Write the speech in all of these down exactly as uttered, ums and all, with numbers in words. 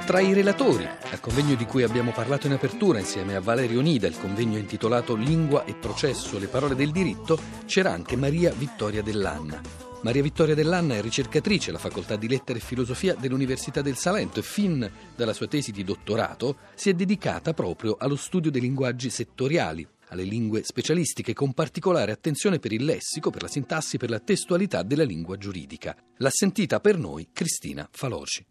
Tra i relatori, al convegno di cui abbiamo parlato in apertura insieme a Valerio Nida, il convegno intitolato Lingua e processo, le parole del diritto, c'era anche Maria Vittoria Dell'Anna. Maria Vittoria Dell'Anna è ricercatrice alla Facoltà di Lettere e Filosofia dell'Università del Salento e fin dalla sua tesi di dottorato si è dedicata proprio allo studio dei linguaggi settoriali, alle lingue specialistiche, con particolare attenzione per il lessico, per la sintassi, per la testualità della lingua giuridica. L'ha sentita per noi Cristina Faloci.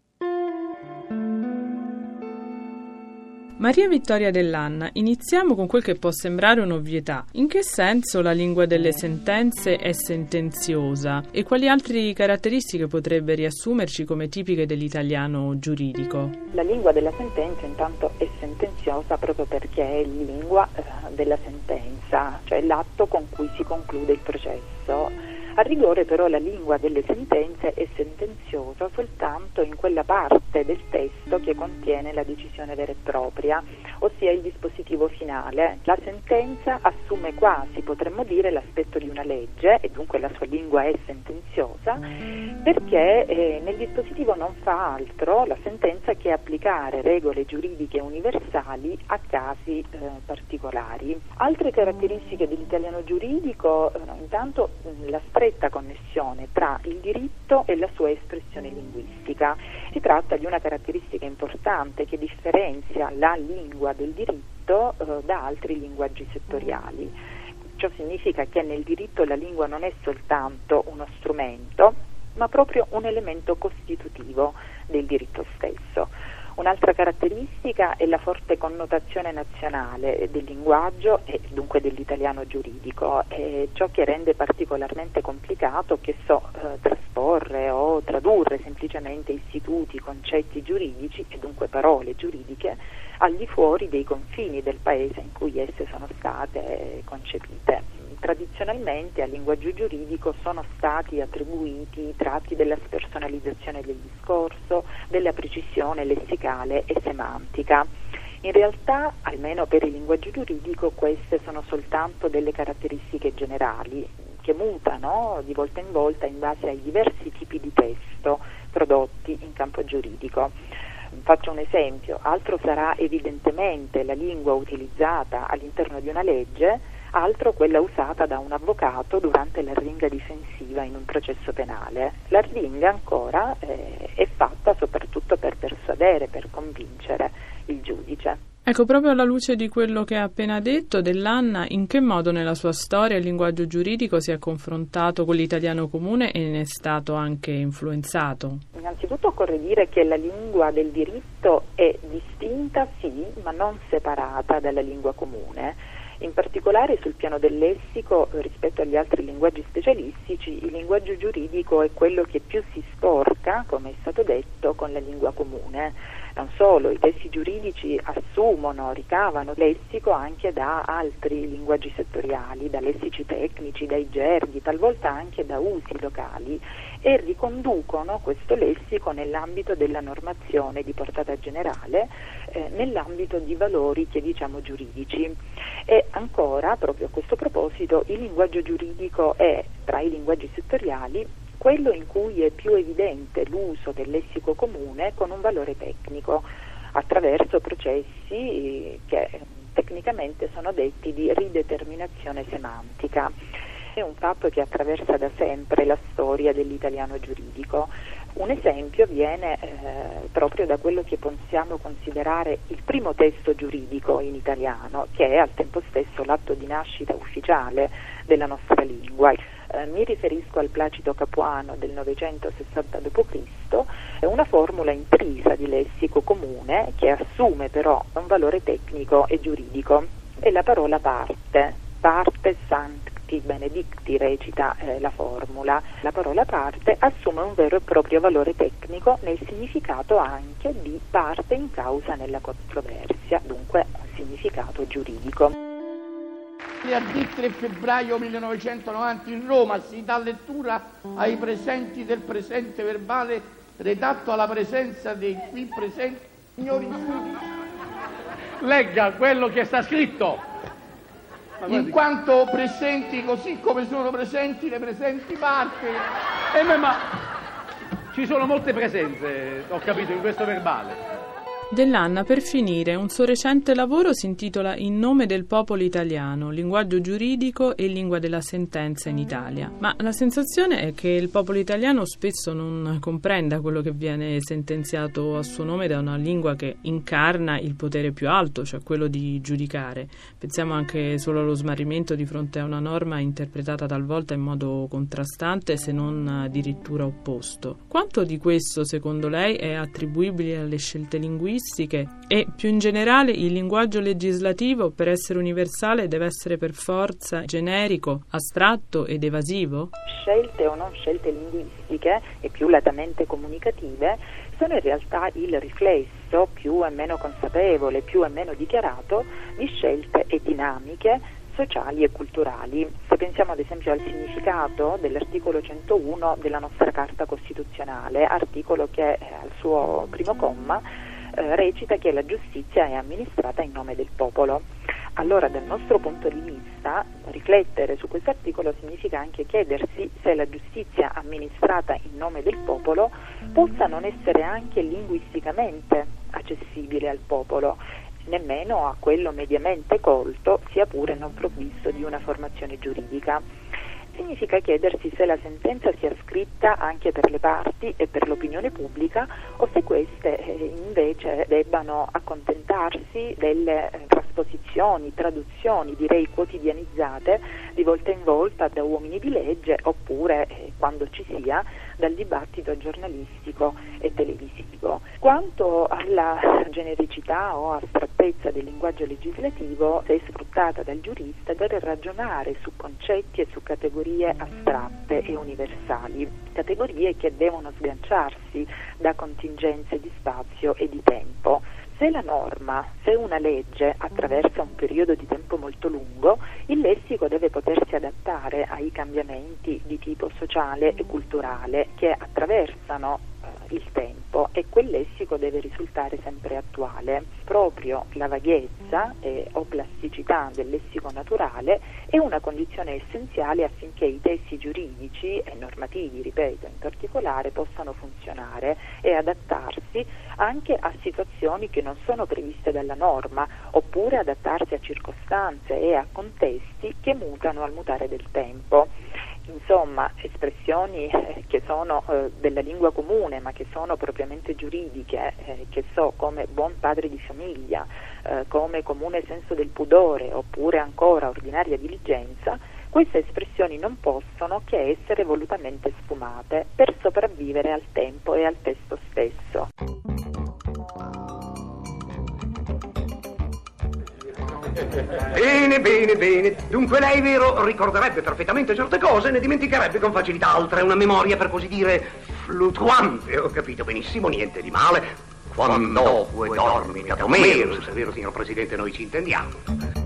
Maria Vittoria Dell'Anna, iniziamo con quel che può sembrare un'ovvietà. In che senso la lingua delle sentenze è sentenziosa e quali altre caratteristiche potrebbe riassumerci come tipiche dell'italiano giuridico? La lingua della sentenza intanto è sentenziosa proprio perché è lingua eh, della sentenza, cioè l'atto con cui si conclude il processo. A rigore però la lingua delle sentenze è sentenziosa soltanto in quella parte del testo che contiene la decisione vera e propria, ossia il dispositivo finale. La sentenza assume quasi, potremmo dire, l'aspetto di una legge e dunque la sua lingua è sentenziosa perché eh, nel dispositivo non fa altro la sentenza che applicare regole giuridiche universali a casi eh, particolari. Altre caratteristiche dell'italiano giuridico, eh, intanto la stretta connessione tra il diritto e la sua espressione linguistica. Si tratta di una caratteristica importante che differenzia la lingua del diritto eh, da altri linguaggi settoriali. Ciò significa che nel diritto la lingua non è soltanto uno strumento, ma proprio un elemento costitutivo del diritto stesso. Un'altra caratteristica è la forte connotazione nazionale del linguaggio e dunque dell'italiano giuridico, è ciò che rende particolarmente complicato, che so, eh, trasporre o tradurre semplicemente istituti, concetti giuridici e dunque parole giuridiche al di fuori dei confini del paese in cui esse sono state concepite. Tradizionalmente al linguaggio giuridico sono stati attribuiti i tratti della spersonalizzazione del discorso, della precisione lessicale e semantica. In realtà, almeno per il linguaggio giuridico, queste sono soltanto delle caratteristiche generali che mutano di volta in volta in base ai diversi tipi di testo prodotti in campo giuridico. Faccio un esempio: altro sarà evidentemente la lingua utilizzata all'interno di una legge, altro quella usata da un avvocato durante l'arringa difensiva in un processo penale. L'arringa ancora eh, è fatta soprattutto per persuadere, per convincere il giudice. Ecco, proprio alla luce di quello che ha appena detto Dell'Anna, in che modo nella sua storia il linguaggio giuridico si è confrontato con l'italiano comune e ne è stato anche influenzato? Innanzitutto occorre dire che la lingua del diritto è distinta, sì, ma non separata dalla lingua comune. In particolare sul piano del lessico, rispetto agli altri linguaggi specialistici, il linguaggio giuridico è quello che più si sporca, come è stato detto, con la lingua comune. Non solo, i testi giuridici assumono, ricavano lessico anche da altri linguaggi settoriali, da lessici tecnici, dai gerghi, talvolta anche da usi locali, e riconducono questo lessico nell'ambito della normazione di portata generale, eh, nell'ambito di valori che diciamo giuridici. E ancora, proprio a questo proposito, il linguaggio giuridico è, tra i linguaggi settoriali, quello in cui è più evidente l'uso del lessico comune con un valore tecnico, attraverso processi che tecnicamente sono detti di rideterminazione semantica. È un fatto che attraversa da sempre la storia dell'italiano giuridico. Un esempio viene eh, proprio da quello che possiamo considerare il primo testo giuridico in italiano, che è al tempo stesso l'atto di nascita ufficiale della nostra lingua. Eh, mi riferisco al Placido Capuano del novecentosessanta dopo Cristo, è una formula intrisa di lessico comune che assume però un valore tecnico e giuridico. È la parola parte, parte sancti benedicti recita eh, la formula. La parola parte assume un vero e proprio valore tecnico nel significato anche di parte in causa nella controversia, dunque un significato giuridico. Il tre febbraio millenovecentonovanta in Roma si dà lettura ai presenti del presente verbale redatto alla presenza dei qui presenti signori giudici. Legga quello che sta scritto. In quanto presenti così come sono presenti le presenti parti. Eh, ma, ma ci sono molte presenze, ho capito, in questo verbale. Dell'Anna, per finire, un suo recente lavoro si intitola In nome del popolo italiano, linguaggio giuridico e lingua della sentenza in Italia. Ma la sensazione è che il popolo italiano spesso non comprenda quello che viene sentenziato a suo nome da una lingua che incarna il potere più alto, cioè quello di giudicare. Pensiamo anche solo allo smarrimento di fronte a una norma interpretata talvolta in modo contrastante, se non addirittura opposto. Quanto di questo, secondo lei, è attribuibile alle scelte linguistiche? E più in generale il linguaggio legislativo, per essere universale, deve essere per forza generico, astratto ed evasivo? Scelte o non scelte linguistiche e più latamente comunicative sono in realtà il riflesso più e meno consapevole, più e meno dichiarato di scelte e dinamiche sociali e culturali. Se pensiamo ad esempio al significato dell'articolo centouno della nostra Carta Costituzionale, articolo che al suo primo comma Eh, recita che la giustizia è amministrata in nome del popolo. Allora, dal nostro punto di vista, riflettere su questo articolo significa anche chiedersi se la giustizia amministrata in nome del popolo possa non essere anche linguisticamente accessibile al popolo, nemmeno a quello mediamente colto, sia pure non provvisto di una formazione giuridica. Significa chiedersi se la sentenza sia scritta anche per le parti e per l'opinione pubblica o se queste eh, invece debbano accontentarsi delle eh, trasposizioni, traduzioni, direi quotidianizzate di volta in volta da uomini di legge oppure, eh, quando ci sia, dal dibattito giornalistico e televisivo. Quanto alla genericità o astrattezza del linguaggio legislativo, se è sfruttata dal giurista, deve ragionare su concetti e su categorie astratte e universali, categorie che devono sganciarsi da contingenze di spazio e di tempo. Se la norma, se una legge attraversa un periodo di tempo molto lungo, il lessico deve potersi adattare ai cambiamenti di tipo sociale e culturale che attraversano eh, il tempo, e quel lessico deve risultare sempre attuale. Proprio la vaghezza eh, o plasticità del lessico naturale è una condizione essenziale affinché i testi giuridici e normativi, ripeto, in particolare, possano funzionare e adattarsi anche a situazioni che non sono previste dalla norma, oppure adattarsi a circostanze e a contesti che mutano al mutare del tempo. Insomma, espressioni eh, che sono eh, della lingua comune ma che sono propriamente giuridiche, eh, che so, come buon padre di famiglia, eh, come comune senso del pudore, oppure ancora ordinaria diligenza, queste espressioni non possono che essere volutamente sfumate per sopravvivere al tempo e al testo stesso. Bene, bene, bene. Dunque lei, vero, ricorderebbe perfettamente certe cose, ne dimenticherebbe con facilità altre. Una memoria, per così dire, fluttuante. Ho capito benissimo, niente di male. Quando vuoi dormi, da Omero, se è vero, signor Presidente, noi ci intendiamo.